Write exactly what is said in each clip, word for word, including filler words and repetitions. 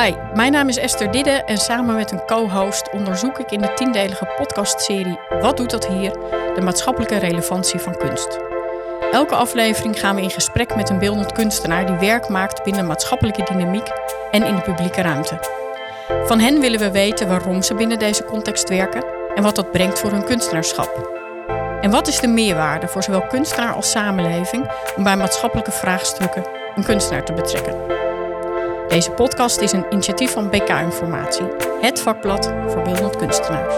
Hi, mijn naam is Esther Didde en samen met een co-host onderzoek ik in de tiendelige podcastserie Wat doet dat hier? De maatschappelijke relevantie van kunst. Elke aflevering gaan we in gesprek met een beeldend kunstenaar die werk maakt binnen maatschappelijke dynamiek en in de publieke ruimte. Van hen willen we weten waarom ze binnen deze context werken en wat dat brengt voor hun kunstenaarschap. En wat is de meerwaarde voor zowel kunstenaar als samenleving om bij maatschappelijke vraagstukken een kunstenaar te betrekken? Deze podcast is een initiatief van B K Informatie, het vakblad voor beeldend kunstenaars.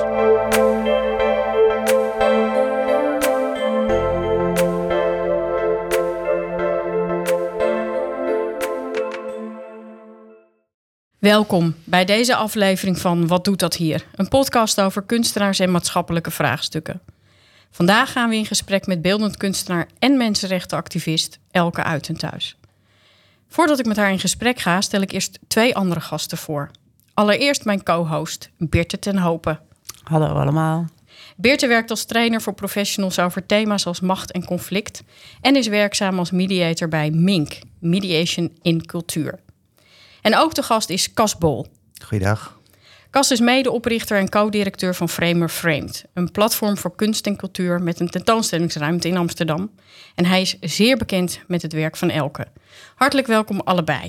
Welkom bij deze aflevering van Wat doet dat hier? Een podcast over kunstenaars en maatschappelijke vraagstukken. Vandaag gaan we in gesprek met beeldend kunstenaar en mensenrechtenactivist Elke Uytenthuis. Voordat ik met haar in gesprek ga, stel ik eerst twee andere gasten voor. Allereerst mijn co-host, Birte ten Hope. Hallo allemaal. Birte werkt als trainer voor professionals over thema's als macht en conflict en is werkzaam als mediator bij MINC, Mediation in Cultuur. En ook de gast is Cas Bol. Goeiedag. Cas is medeoprichter en co-directeur van Framer Framed, een platform voor kunst en cultuur met een tentoonstellingsruimte in Amsterdam. En hij is zeer bekend met het werk van Elke. Hartelijk welkom allebei.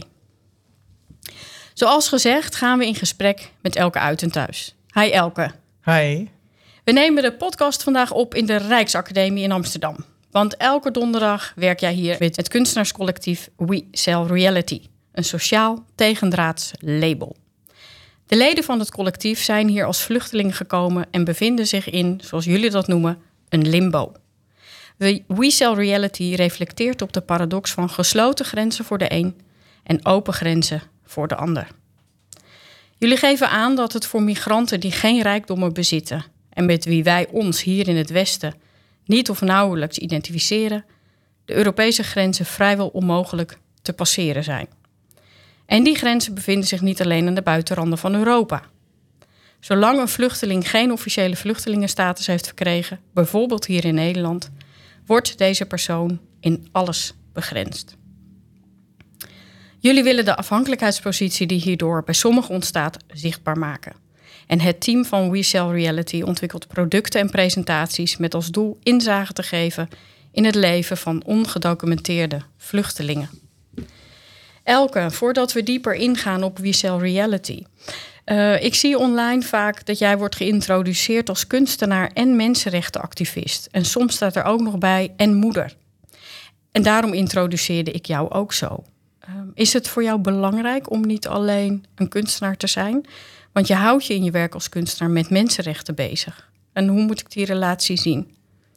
Zoals gezegd gaan we in gesprek met Elke Uytenthuis. Hi Elke. Hi. We nemen de podcast vandaag op in de Rijksacademie in Amsterdam. Want elke donderdag werk jij hier met het kunstenaarscollectief We Sell Reality, een sociaal tegendraads label. De leden van het collectief zijn hier als vluchtelingen gekomen en bevinden zich in, zoals jullie dat noemen, een limbo. We Sell Reality reflecteert op de paradox van gesloten grenzen voor de een en open grenzen voor de ander. Jullie geven aan dat het voor migranten die geen rijkdommen bezitten en met wie wij ons hier in het Westen niet of nauwelijks identificeren, de Europese grenzen vrijwel onmogelijk te passeren zijn. En die grenzen bevinden zich niet alleen aan de buitenranden van Europa. Zolang een vluchteling geen officiële vluchtelingenstatus heeft verkregen, bijvoorbeeld hier in Nederland, wordt deze persoon in alles begrensd. Jullie willen de afhankelijkheidspositie die hierdoor bij sommigen ontstaat zichtbaar maken. En het team van We Sell Reality ontwikkelt producten en presentaties met als doel inzage te geven in het leven van ongedocumenteerde vluchtelingen. Elke, voordat we dieper ingaan op We Sell Reality. Uh, ik zie online vaak dat jij wordt geïntroduceerd als kunstenaar en mensenrechtenactivist. En soms staat er ook nog bij en moeder. En daarom introduceerde ik jou ook zo. Uh, is het voor jou belangrijk om niet alleen een kunstenaar te zijn? Want je houdt je in je werk als kunstenaar met mensenrechten bezig. En hoe moet ik die relatie zien?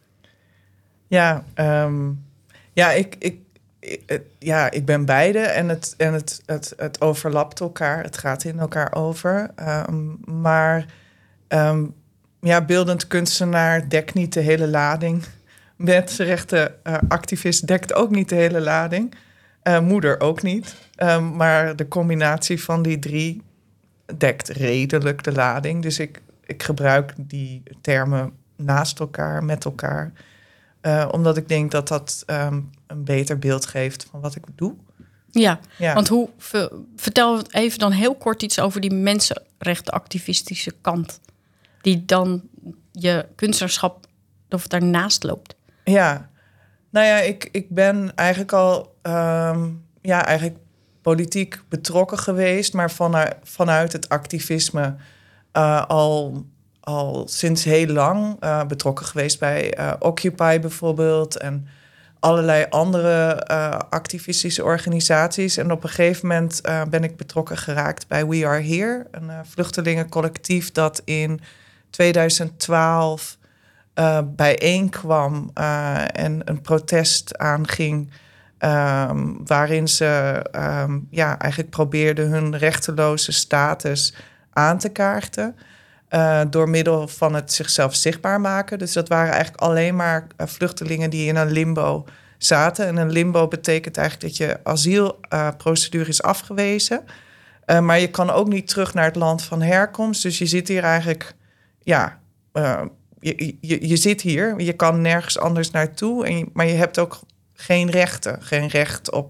Ja, um, ja ik... ik... Ja, ik ben beide en het, en het, het, het overlapt elkaar. Het gaat in elkaar over. Um, maar um, ja, beeldend kunstenaar dekt niet de hele lading. Mensenrechtenactivist uh, dekt ook niet de hele lading. Uh, moeder ook niet. Um, maar de combinatie van die drie dekt redelijk de lading. Dus ik, ik gebruik die termen naast elkaar, met elkaar. Uh, omdat ik denk dat dat um, een beter beeld geeft van wat ik doe. Ja, ja. Want hoe, vertel even dan heel kort iets over die mensenrechtenactivistische kant. Die dan je kunstenaarschap of daarnaast loopt. Ja, nou ja, ik, ik ben eigenlijk al um, ja, eigenlijk politiek betrokken geweest. Maar vanuit, vanuit het activisme uh, al... al sinds heel lang uh, betrokken geweest bij uh, Occupy bijvoorbeeld en allerlei andere uh, activistische organisaties. En op een gegeven moment uh, ben ik betrokken geraakt bij We Are Here, een uh, vluchtelingencollectief dat in tweeduizend twaalf uh, bijeenkwam uh, en een protest aanging, um, waarin ze um, ja, eigenlijk probeerden hun rechteloze status aan te kaarten. Uh, door middel van het zichzelf zichtbaar maken. Dus dat waren eigenlijk alleen maar uh, vluchtelingen die in een limbo zaten. En een limbo betekent eigenlijk dat je asielprocedure uh, is afgewezen. Uh, maar je kan ook niet terug naar het land van herkomst. Dus je zit hier eigenlijk... Ja, uh, je, je, je zit hier. Je kan nergens anders naartoe. En je, maar je hebt ook geen rechten. Geen recht op,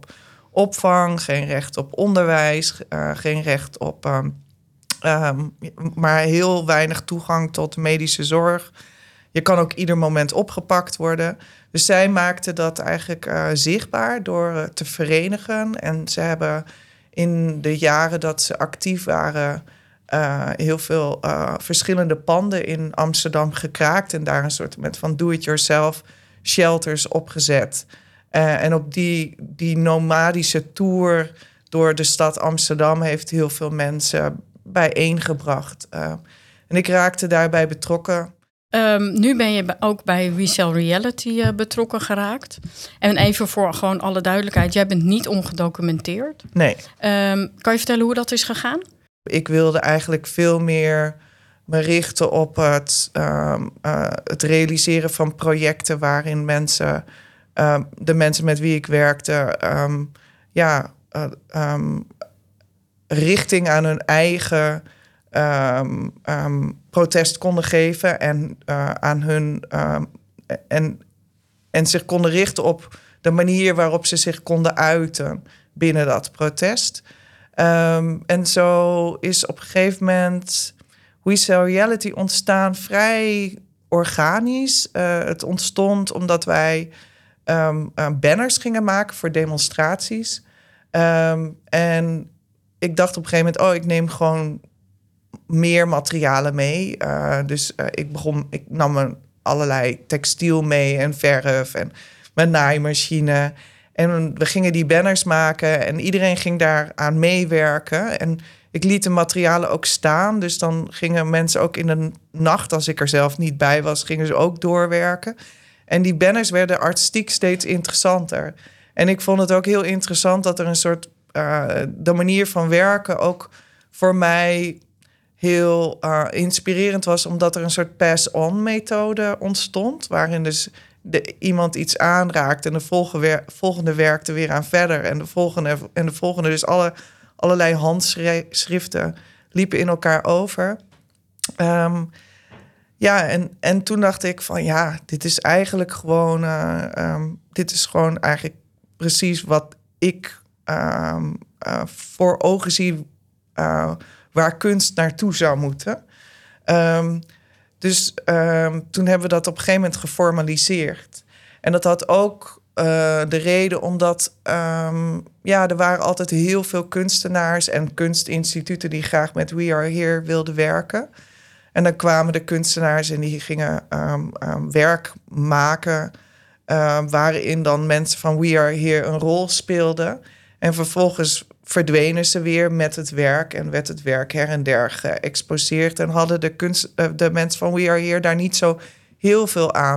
opvang, geen recht op onderwijs, uh, geen recht op, um, um, maar heel weinig toegang tot medische zorg. Je kan ook ieder moment opgepakt worden. Dus zij maakten dat eigenlijk uh, zichtbaar door uh, te verenigen. En ze hebben in de jaren dat ze actief waren Uh, heel veel uh, verschillende panden in Amsterdam gekraakt en daar een soort van do-it-yourself shelters opgezet. Uh, en op die, die nomadische tour door de stad Amsterdam heeft heel veel mensen bijeengebracht. Uh, en ik raakte daarbij betrokken. Um, nu ben je ook bij We Sell Reality uh, betrokken geraakt. En even voor gewoon alle duidelijkheid, jij bent niet ongedocumenteerd. Nee. Um, kan je vertellen hoe dat is gegaan? Ik wilde eigenlijk veel meer me richten op het, um, uh, het realiseren van projecten waarin mensen, um, de mensen met wie ik werkte, um, ja, uh, um, richting aan hun eigen um, um, protest konden geven en uh, aan hun um, en, en zich konden richten op de manier waarop ze zich konden uiten binnen dat protest. Um, en zo is op een gegeven moment We Sell Reality ontstaan vrij organisch. Uh, het ontstond omdat wij um, uh, banners gingen maken voor demonstraties. Um, en ik dacht op een gegeven moment, oh, ik neem gewoon meer materialen mee. Uh, dus uh, ik begon, ik nam een, allerlei textiel mee en verf en mijn naaimachine. En we gingen die banners maken en iedereen ging daar aan meewerken. En ik liet de materialen ook staan. Dus dan gingen mensen ook in de nacht, als ik er zelf niet bij was, gingen ze ook doorwerken. En die banners werden artistiek steeds interessanter. En ik vond het ook heel interessant dat er een soort Uh, de manier van werken ook voor mij heel uh, inspirerend was, omdat er een soort pass-on methode ontstond, waarin dus de, iemand iets aanraakt en de volgende, volgende werkte weer aan verder en de volgende en de volgende. Dus alle, allerlei handschriften liepen in elkaar over. Um, ja, en, en toen dacht ik van ja, dit is eigenlijk gewoon, uh, um, dit is gewoon eigenlijk precies wat ik Um, uh, voor ogen zie uh, waar kunst naartoe zou moeten. Um, dus um, toen hebben we dat op een gegeven moment geformaliseerd. En dat had ook uh, de reden omdat um, ja, er waren altijd heel veel kunstenaars en kunstinstituten die graag met We Are Here wilden werken. En dan kwamen de kunstenaars en die gingen um, um, werk maken uh, waarin dan mensen van We Are Here een rol speelden. En vervolgens verdwenen ze weer met het werk en werd het werk her en der geëxposeerd. En hadden de, kunst, de mensen van We Are Here daar niet zo heel veel aan.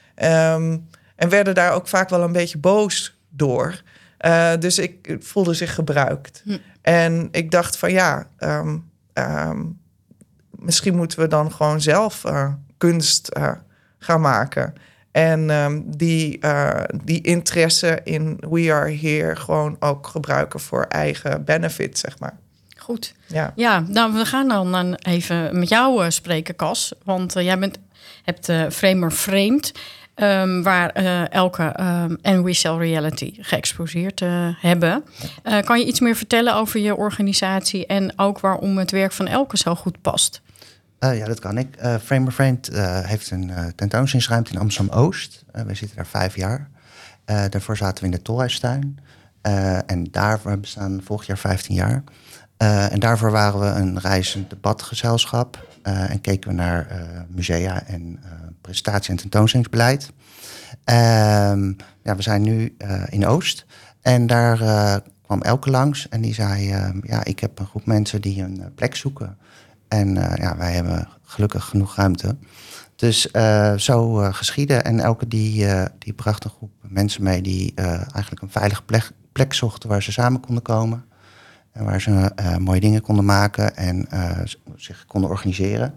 Um, en werden daar ook vaak wel een beetje boos door. Uh, dus ik voelde zich gebruikt. Hm. En ik dacht van ja, um, um, misschien moeten we dan gewoon zelf uh, kunst uh, gaan maken. En um, die, uh, die interesse in We Are Here gewoon ook gebruiken voor eigen benefit, zeg maar. Goed. Ja, ja nou, we gaan dan even met jou uh, spreken, Cas. Want uh, jij bent, hebt uh, Framer Framed, um, waar uh, Elke um, en We Sell Reality geëxposeerd uh, hebben. Uh, kan je iets meer vertellen over je organisatie en ook waarom het werk van Elke zo goed past? Uh, ja, dat kan ik. Uh, Framer Framed uh, heeft een uh, tentoonstellingsruimte in Amsterdam-Oost. Uh, we zitten daar vijf jaar. Uh, daarvoor zaten we in de Tolhuistuin. Uh, en daarvoor bestaan volgend jaar vijftien jaar. Uh, en daarvoor waren we een reizend debatgezelschap. Uh, en keken we naar uh, musea en uh, presentatie- en tentoonstellingsbeleid. Uh, ja, we zijn nu uh, in Oost. En daar uh, kwam Elke langs. En die zei, uh, ja, ik heb een groep mensen die een uh, plek zoeken. En uh, ja, wij hebben gelukkig genoeg ruimte. Dus uh, zo uh, geschieden. En Elke die, uh, die bracht een groep mensen mee die uh, eigenlijk een veilige plek, plek zochten waar ze samen konden komen. En waar ze uh, mooie dingen konden maken en uh, zich konden organiseren.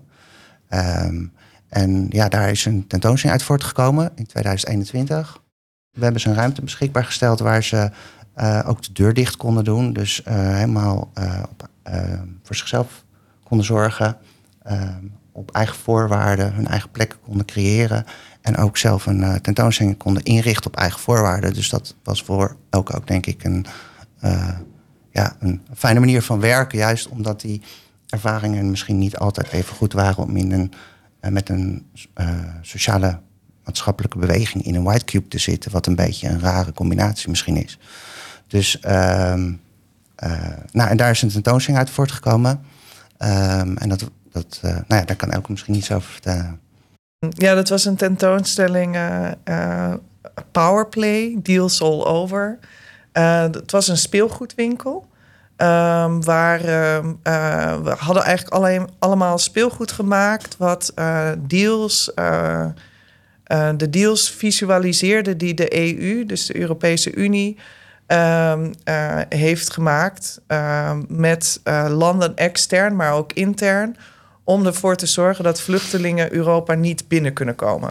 Um, en ja, daar is een tentoonstelling uit voortgekomen in tweeduizend eenentwintig. We hebben ze een ruimte beschikbaar gesteld waar ze uh, ook de deur dicht konden doen. Dus uh, helemaal uh, op, uh, voor zichzelf konden zorgen, uh, op eigen voorwaarden hun eigen plekken konden creëren en ook zelf een uh, tentoonstelling konden inrichten op eigen voorwaarden. Dus dat was voor Elke ook denk ik een, uh, ja, een fijne manier van werken. Juist omdat die ervaringen misschien niet altijd even goed waren om in een, uh, met een uh, sociale maatschappelijke beweging in een white cube te zitten. Wat een beetje een rare combinatie misschien is. Dus, uh, uh, nou, en daar is een tentoonstelling uit voortgekomen. Um, en dat, dat uh, nou ja, daar kan Elke misschien iets over vertellen. Ja, dat was een tentoonstelling uh, uh, Powerplay, Deals All Over. Uh, het was een speelgoedwinkel. Um, waar uh, uh, we hadden eigenlijk alleen, allemaal speelgoed gemaakt. Wat uh, deals, uh, uh, de deals visualiseerde die de E U, dus de Europese Unie, uh, uh, heeft gemaakt. Uh, met uh, landen extern, maar ook intern. Om ervoor te zorgen dat vluchtelingen Europa niet binnen kunnen komen.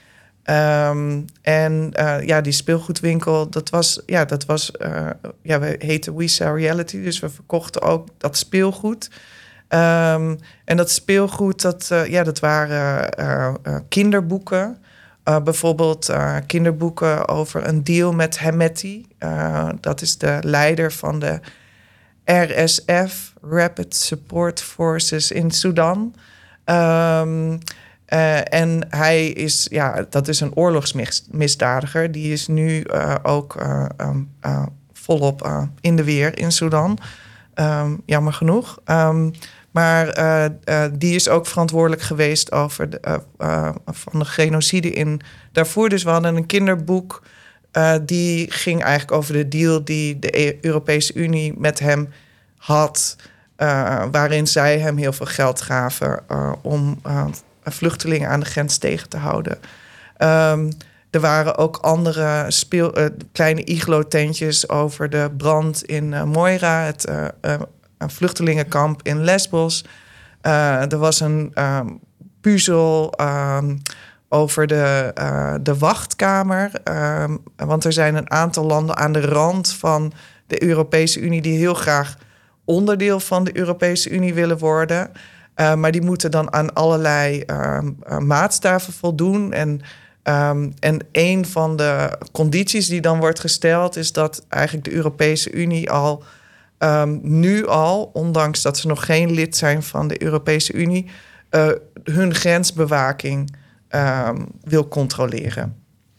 Um, en uh, ja, die speelgoedwinkel, dat was, ja, dat was, uh, ja, we heten We Sell Reality, dus we verkochten ook dat speelgoed. Um, en dat speelgoed, dat, uh, ja, dat waren uh, uh, kinderboeken. Uh, bijvoorbeeld uh, kinderboeken over een deal met Hemeti. Uh, dat is de leider van de R S F, Rapid Support Forces in Sudan. Um, Uh, en hij is, ja, dat is een oorlogsmisdadiger. Die is nu uh, ook uh, um, uh, volop uh, in de weer in Sudan. Um, jammer genoeg. Um, maar uh, uh, die is ook verantwoordelijk geweest over de, uh, uh, van de genocide in Darfur. Dus we hadden een kinderboek. Uh, die ging eigenlijk over de deal die de Europese Unie met hem had. Uh, waarin zij hem heel veel geld gaven uh, om Uh, vluchtelingen aan de grens tegen te houden. Um, er waren ook andere speel, uh, kleine iglo-tentjes over de brand in uh, Moira, het uh, uh, een vluchtelingenkamp in Lesbos. Uh, er was een um, puzzel um, over de, uh, de wachtkamer. Um, want er zijn een aantal landen aan de rand van de Europese Unie die heel graag onderdeel van de Europese Unie willen worden. Uh, maar die moeten dan aan allerlei uh, uh, maatstaven voldoen. En, um, en een van de condities die dan wordt gesteld is dat eigenlijk de Europese Unie al um, nu al, ondanks dat ze nog geen lid zijn van de Europese Unie, uh, hun grensbewaking um, wil controleren.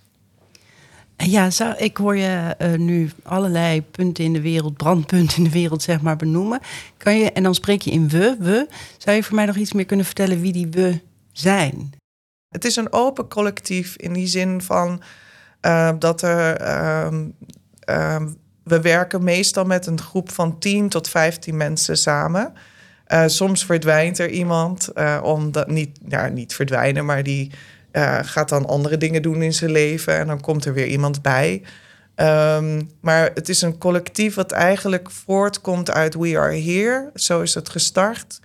Ja, zou, ik hoor je uh, nu allerlei punten in de wereld, brandpunten in de wereld, zeg maar, benoemen. Kan je, en dan spreek je in we, we. Zou je voor mij nog iets meer kunnen vertellen wie die we zijn? Het is een open collectief in die zin van uh, dat er Uh, uh, we werken meestal met een groep van tien tot vijftien mensen samen. Uh, soms verdwijnt er iemand, uh, omdat niet, ja, niet verdwijnen, maar die Uh, gaat dan andere dingen doen in zijn leven en dan komt er weer iemand bij. Um, maar het is een collectief wat eigenlijk voortkomt uit We Are Here. Zo is het gestart.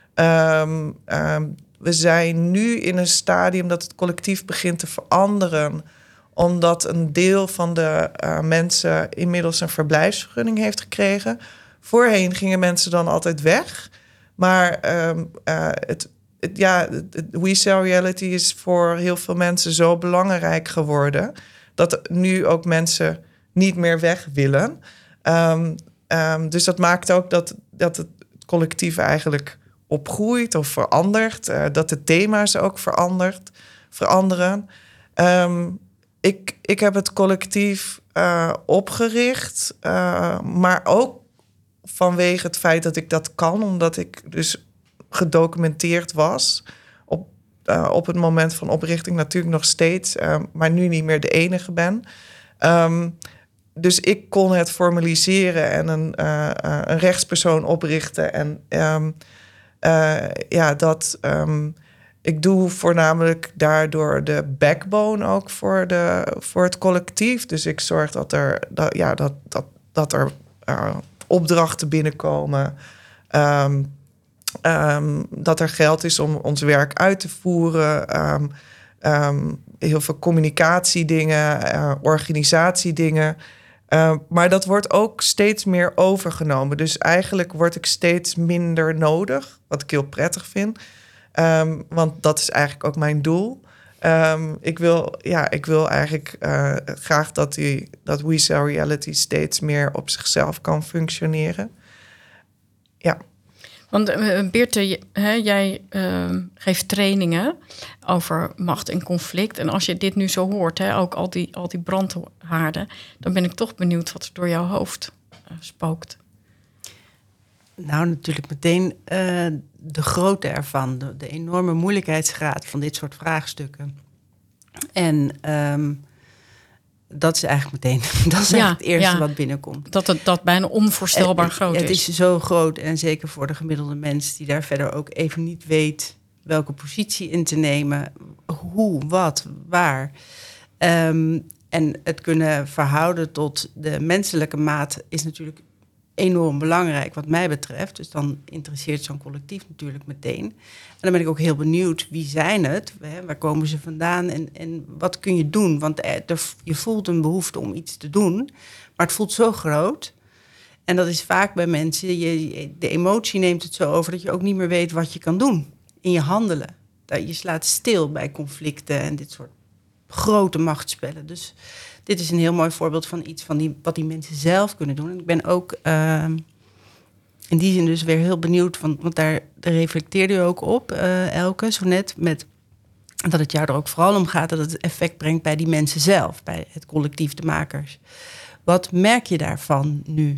Um, um, we zijn nu in een stadium dat het collectief begint te veranderen, omdat een deel van de uh, mensen inmiddels een verblijfsvergunning heeft gekregen. Voorheen gingen mensen dan altijd weg, maar um, uh, het Ja, We Sell Reality is voor heel veel mensen zo belangrijk geworden dat nu ook mensen niet meer weg willen. Um, um, dus dat maakt ook dat, dat het collectief eigenlijk opgroeit of verandert. Uh, dat de thema's ook verandert, veranderen. Um, ik, ik heb het collectief uh, opgericht, uh, maar ook vanwege het feit dat ik dat kan, omdat ik dus gedocumenteerd was op, uh, op het moment van oprichting, natuurlijk nog steeds, uh, maar nu niet meer de enige ben. Um, dus ik kon het formaliseren en een, uh, uh, een rechtspersoon oprichten. En um, uh, ja, dat um, ik doe voornamelijk daardoor de backbone ook voor, de, voor het collectief. Dus ik zorg dat er, dat, ja, dat, dat, dat er uh, opdrachten binnenkomen. Um, Um, dat er geld is om ons werk uit te voeren. Um, um, heel veel communicatiedingen, uh, organisatiedingen. Uh, maar dat wordt ook steeds meer overgenomen. Dus eigenlijk word ik steeds minder nodig, wat ik heel prettig vind. Um, want dat is eigenlijk ook mijn doel. Um, ik, wil, ja, ik wil eigenlijk uh, graag dat, die, dat We Sell Reality steeds meer op zichzelf kan functioneren. Ja. Want uh, Beerte, hè, jij uh, geeft trainingen over macht en conflict. En als je dit nu zo hoort, hè, ook al die, al die brandhaarden, dan ben ik toch benieuwd wat er door jouw hoofd uh, spookt. Nou, natuurlijk meteen uh, de grootte ervan, de, de enorme moeilijkheidsgraad van dit soort vraagstukken. En um, dat is eigenlijk meteen dat is ja, het eerste ja, wat binnenkomt. Dat het dat bijna onvoorstelbaar en, groot het is. Het is zo groot en zeker voor de gemiddelde mens die daar verder ook even niet weet welke positie in te nemen, hoe, wat, waar. Um, en het kunnen verhouden tot de menselijke maat is natuurlijk enorm belangrijk wat mij betreft. Dus dan interesseert zo'n collectief natuurlijk meteen. En dan ben ik ook heel benieuwd, wie zijn het? Waar komen ze vandaan? En, en wat kun je doen? Want er, je voelt een behoefte om iets te doen. Maar het voelt zo groot. En dat is vaak bij mensen, je, de emotie neemt het zo over dat je ook niet meer weet wat je kan doen in je handelen. Je slaat stil bij conflicten en dit soort grote machtsspellen. Dus dit is een heel mooi voorbeeld van iets van die, wat die mensen zelf kunnen doen. En ik ben ook uh, in die zin dus weer heel benieuwd, want, want daar, daar reflecteerde je ook op, uh, Elke, zo net, met dat het jou er ook vooral om gaat dat het effect brengt bij die mensen zelf, bij het collectief, de makers. Wat merk je daarvan nu?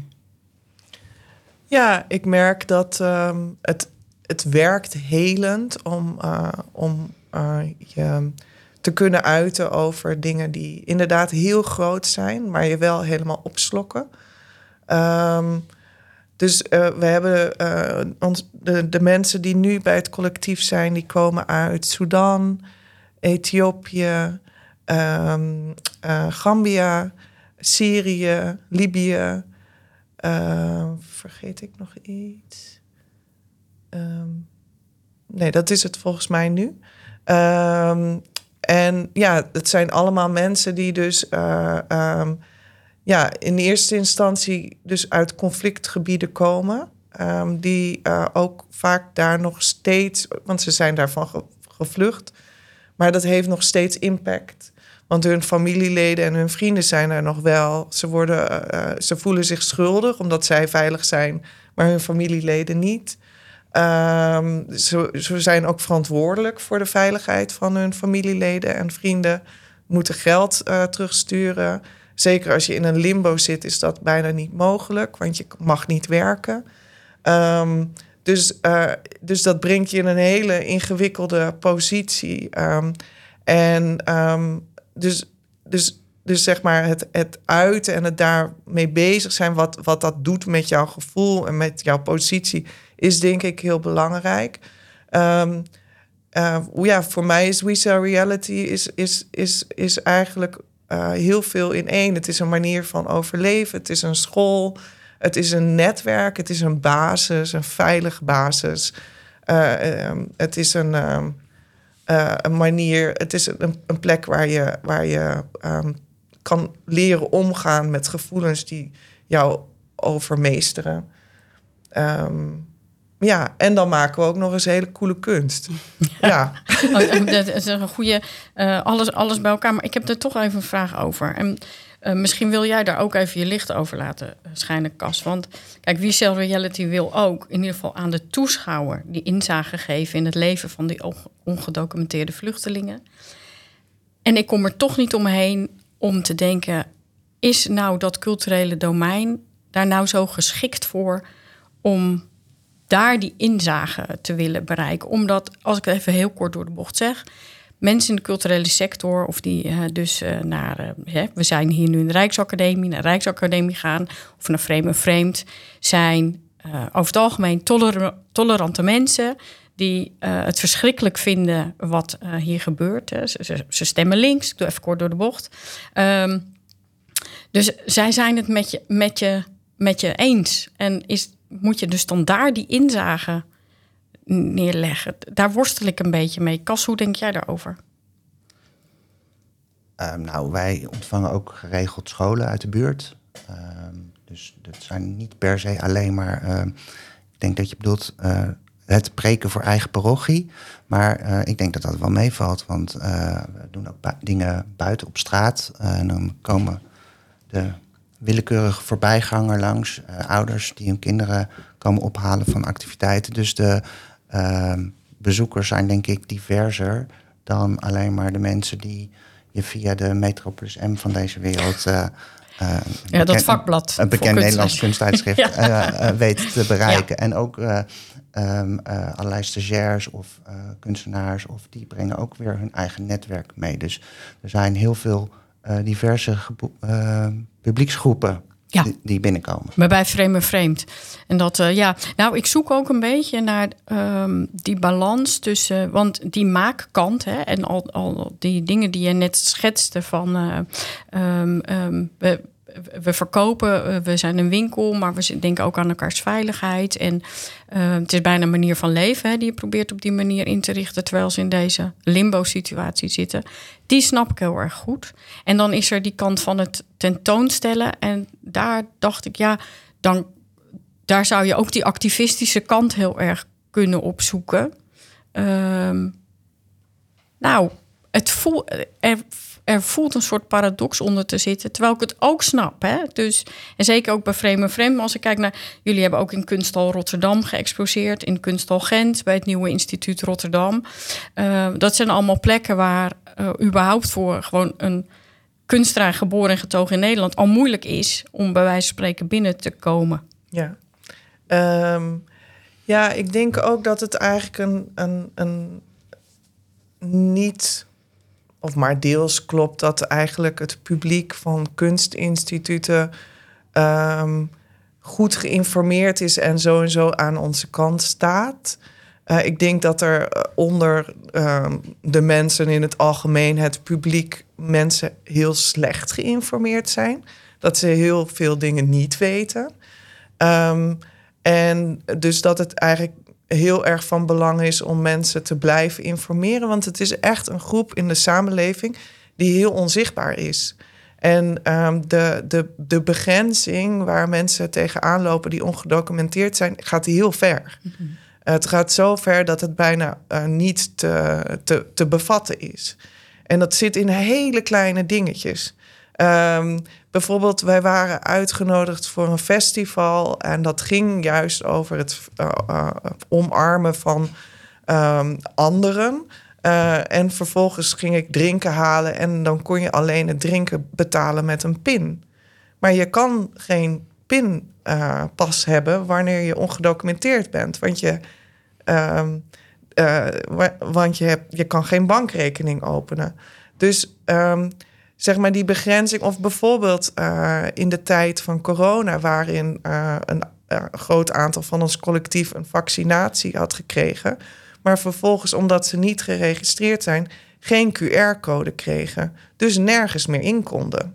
Ja, ik merk dat um, het, het werkt helend om, uh, om uh, je te kunnen uiten over dingen die inderdaad heel groot zijn, maar je wel helemaal opslokken. Um, dus uh, we hebben uh, ons, de, de mensen die nu bij het collectief zijn, die komen uit Sudan, Ethiopië, um, uh, Gambia, Syrië, Libië. Uh, vergeet ik nog iets? Um, nee, dat is het volgens mij nu. Um, en ja, het zijn allemaal mensen die dus uh, um, ja, in eerste instantie dus uit conflictgebieden komen. Um, die uh, ook vaak daar nog steeds, want ze zijn daarvan ge- gevlucht. Maar dat heeft nog steeds impact. Want hun familieleden en hun vrienden zijn er nog wel. Ze, worden, uh, ze voelen zich schuldig omdat zij veilig zijn, maar hun familieleden niet. Um, ze, ze zijn ook verantwoordelijk voor de veiligheid van hun familieleden en vrienden. Moeten geld uh, terugsturen. Zeker als je in een limbo zit, is dat bijna niet mogelijk, want je mag niet werken. Um, dus, uh, dus dat brengt je in een hele ingewikkelde positie. Um, en um, dus, dus, dus zeg maar het, het uiten en het daarmee bezig zijn, wat, wat dat doet met jouw gevoel en met jouw positie, is denk ik heel belangrijk. Um, uh, ja, voor mij is We Sell Reality is, is, is, is eigenlijk uh, heel veel in één. Het is een manier van overleven. Het is een school. Het is een netwerk. Het is een basis, een veilige basis. Uh, um, het is een, um, uh, een manier. Het is een, een plek waar je, waar je um, kan leren omgaan met gevoelens die jou overmeesteren. Um, Ja, en dan maken we ook nog eens hele coole kunst. Ja. ja. Oh, dat is een goede, uh, alles, alles bij elkaar. Maar ik heb er toch even een vraag over. En uh, misschien wil jij daar ook even je licht over laten schijnen, Cas. Want kijk, We Sell Reality wil ook in ieder geval aan de toeschouwer die inzage geven in het leven van die ongedocumenteerde vluchtelingen. En ik kom er toch niet omheen om te denken, is nou dat culturele domein daar nou zo geschikt voor om daar die inzage te willen bereiken? Omdat, als ik het even heel kort door de bocht zeg, mensen in de culturele sector, of die uh, dus uh, naar, uh, hè, we zijn hier nu in de Rijksacademie, naar de Rijksacademie gaan, of naar Vreemd en Vreemd, zijn uh, over het algemeen toler- tolerante mensen die uh, het verschrikkelijk vinden wat uh, hier gebeurt. Hè. Ze, ze, ze stemmen links, ik doe even kort door de bocht. Um, dus zij zijn het met je, met je, met je eens. En is moet je dus dan daar die inzage neerleggen. Daar worstel ik een beetje mee. Cas, hoe denk jij daarover? Um, nou, wij ontvangen ook geregeld scholen uit de buurt. Um, dus dat zijn niet per se alleen maar... Uh, ik denk dat je bedoelt... Uh, het preken voor eigen parochie. Maar uh, ik denk dat dat wel meevalt. Want uh, we doen ook bu- dingen buiten op straat. Uh, en dan komen de willekeurige voorbijganger langs. Uh, ouders die hun kinderen komen ophalen van activiteiten. Dus de uh, bezoekers zijn denk ik diverser dan alleen maar de mensen die je via de Metropolis M van deze wereld... Uh, Uh, ja, bekend, dat vakblad. Een bekend Nederlands kunsttijdschrift ja. uh, uh, weet te bereiken. Ja. En ook uh, um, uh, allerlei stagiairs of uh, kunstenaars... of die brengen ook weer hun eigen netwerk mee. Dus er zijn heel veel uh, diverse gebo- uh, publieksgroepen ja. die, die binnenkomen. Maar bij Vreemd en Vreemd. En dat, uh, ja... Nou, ik zoek ook een beetje naar um, die balans tussen... Want die maakkant, hè, en al, al die dingen die je net schetste van... Uh, um, um, we, we verkopen, we zijn een winkel... maar we denken ook aan elkaars veiligheid. En uh, het is bijna een manier van leven... Hè, die je probeert op die manier in te richten... terwijl ze in deze limbo-situatie zitten. Die snap ik heel erg goed. En dan is er die kant van het tentoonstellen. En daar dacht ik, ja, dan, daar zou je ook die activistische kant heel erg kunnen opzoeken. Um, nou, het voel, er, er voelt een soort paradox onder te zitten, terwijl ik het ook snap. Hè? Dus, en zeker ook bij Vreemd en Vreemd. Als ik kijk naar, jullie hebben ook in Kunsthal Rotterdam geëxposeerd, in Kunsthal Gent, bij het Nieuwe Instituut Rotterdam. Uh, dat zijn allemaal plekken waar uh, überhaupt voor gewoon een kunstenaar geboren en getogen in Nederland al moeilijk is om bij wijze van spreken binnen te komen. Ja, um, ja ik denk ook dat het eigenlijk een, een, een niet, of maar deels klopt, dat eigenlijk het publiek van kunstinstituten um, goed geïnformeerd is en zo en zo aan onze kant staat. Uh, ik denk dat er onder uh, de mensen in het algemeen, het publiek, mensen heel slecht geïnformeerd zijn. Dat ze heel veel dingen niet weten. Um, en dus dat het eigenlijk heel erg van belang is om mensen te blijven informeren. Want het is echt een groep in de samenleving die heel onzichtbaar is. En um, de, de, de begrenzing waar mensen tegenaan lopen die ongedocumenteerd zijn, gaat heel ver. Mm-hmm. Het gaat zo ver dat het bijna uh, niet te, te, te bevatten is. En dat zit in hele kleine dingetjes. Um, bijvoorbeeld, wij waren uitgenodigd voor een festival en dat ging juist over het uh, uh, omarmen van um, anderen. Uh, en vervolgens ging ik drinken halen en dan kon je alleen het drinken betalen met een pin. Maar je kan geen pinpas uh, hebben wanneer je ongedocumenteerd bent, want je, uh, uh, want je, hebt, je kan geen bankrekening openen. Dus um, zeg maar die begrenzing, of bijvoorbeeld uh, in de tijd van corona, waarin uh, een uh, groot aantal van ons collectief een vaccinatie had gekregen, maar vervolgens, omdat ze niet geregistreerd zijn, geen Q R-code kregen, dus nergens meer in konden.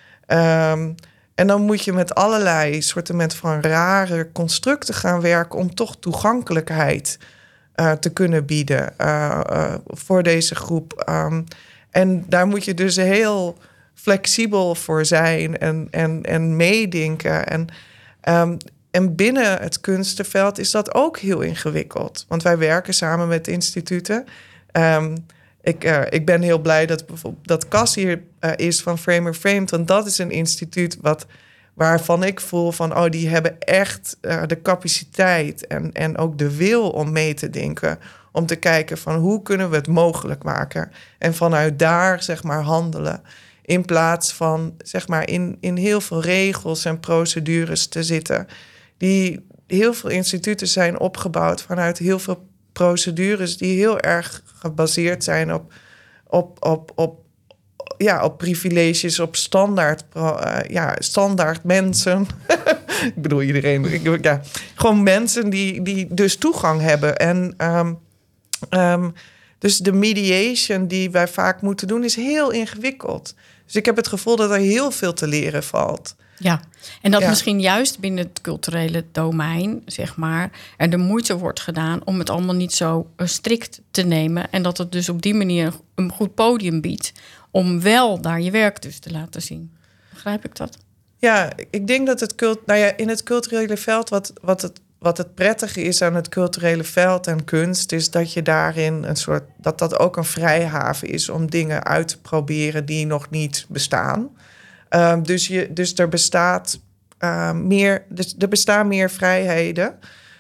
Um, en dan moet je met allerlei soorten van rare constructen gaan werken om toch toegankelijkheid uh, te kunnen bieden uh, uh, voor deze groep. Um, En daar moet je dus heel flexibel voor zijn en, en, en meedenken. En, um, en binnen het kunstenveld is dat ook heel ingewikkeld. Want wij werken samen met instituten. Um, ik, uh, ik ben heel blij dat bijvoorbeeld dat Cas hier uh, is van Vreemd en Vreemd. Want dat is een instituut wat, waarvan ik voel van, oh, die hebben echt uh, de capaciteit en, en ook de wil om mee te denken, om te kijken van hoe kunnen we het mogelijk maken. En vanuit daar, zeg maar, handelen. In plaats van, zeg maar, in, in heel veel regels en procedures te zitten. Die heel veel instituten zijn opgebouwd vanuit heel veel procedures die heel erg gebaseerd zijn op, op, op, op, ja, op privileges, op standaard, uh, ja, standaard mensen. Ik bedoel iedereen. Ik, ja, gewoon mensen die, die dus toegang hebben. En Um, Um, dus de mediation die wij vaak moeten doen is heel ingewikkeld. Dus ik heb het gevoel dat er heel veel te leren valt. Ja, en dat ja. misschien juist binnen het culturele domein, zeg maar, er de moeite wordt gedaan om het allemaal niet zo uh, strikt te nemen. En dat het dus op die manier een goed podium biedt om wel daar je werk dus te laten zien. Begrijp ik dat? Ja, ik denk dat het cult, nou ja, in het culturele veld wat, wat het wat het prettige is aan het culturele veld en kunst, is dat je daarin een soort, dat dat ook een vrijhaven is om dingen uit te proberen die nog niet bestaan. Um, dus, je, dus er bestaat uh, meer, dus er bestaan meer vrijheden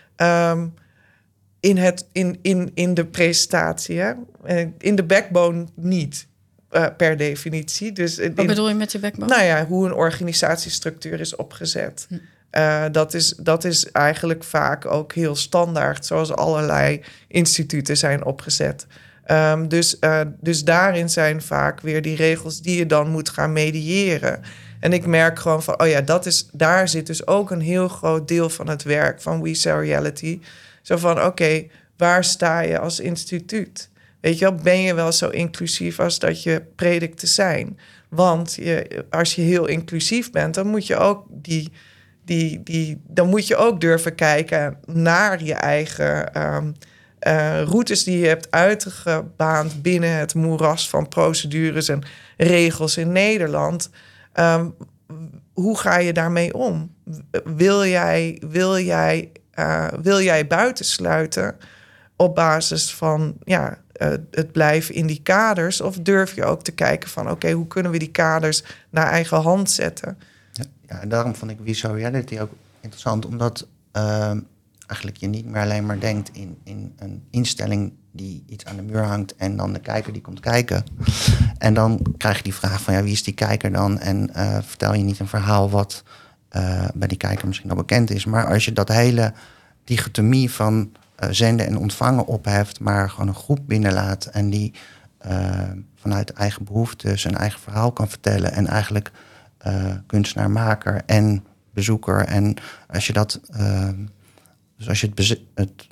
um, in, het, in, in, in de presentatie. Hè? In de backbone niet. Uh, per definitie. Dus Wat in, bedoel je met de backbone? Nou ja, hoe een organisatiestructuur is opgezet. Hm. Uh, dat, is, dat is eigenlijk vaak ook heel standaard, zoals allerlei instituten zijn opgezet. Um, dus, uh, dus daarin zijn vaak weer die regels die je dan moet gaan mediëren. En ik merk gewoon van, oh ja, dat is, daar zit dus ook een heel groot deel van het werk van We Sell Reality. Zo van, oké, okay, waar sta je als instituut? Weet je wel, ben je wel zo inclusief als dat je predikt te zijn? Want je, als je heel inclusief bent, dan moet je ook die, die, die, dan moet je ook durven kijken naar je eigen um, uh, routes die je hebt uitgebaand binnen het moeras van procedures en regels in Nederland. Um, hoe ga je daarmee om? Wil jij, wil jij, uh, wil jij buitensluiten op basis van ja, uh, het blijven in die kaders? Of durf je ook te kijken van oké, okay, hoe kunnen we die kaders naar eigen hand zetten? Ja, ja, en daarom vond ik We Sell Reality ook interessant, omdat uh, eigenlijk je niet meer alleen maar denkt in, in een instelling die iets aan de muur hangt en dan de kijker die komt kijken. En dan krijg je die vraag van ja, wie is die kijker dan? En uh, vertel je niet een verhaal wat uh, bij die kijker misschien al bekend is. Maar als je dat hele dichotomie van uh, zenden en ontvangen opheft, maar gewoon een groep binnenlaat en die uh, vanuit eigen behoeften zijn eigen verhaal kan vertellen en eigenlijk uh, kunstenaar, maker en bezoeker. En als je dat, uh, dus als je het, bezi- het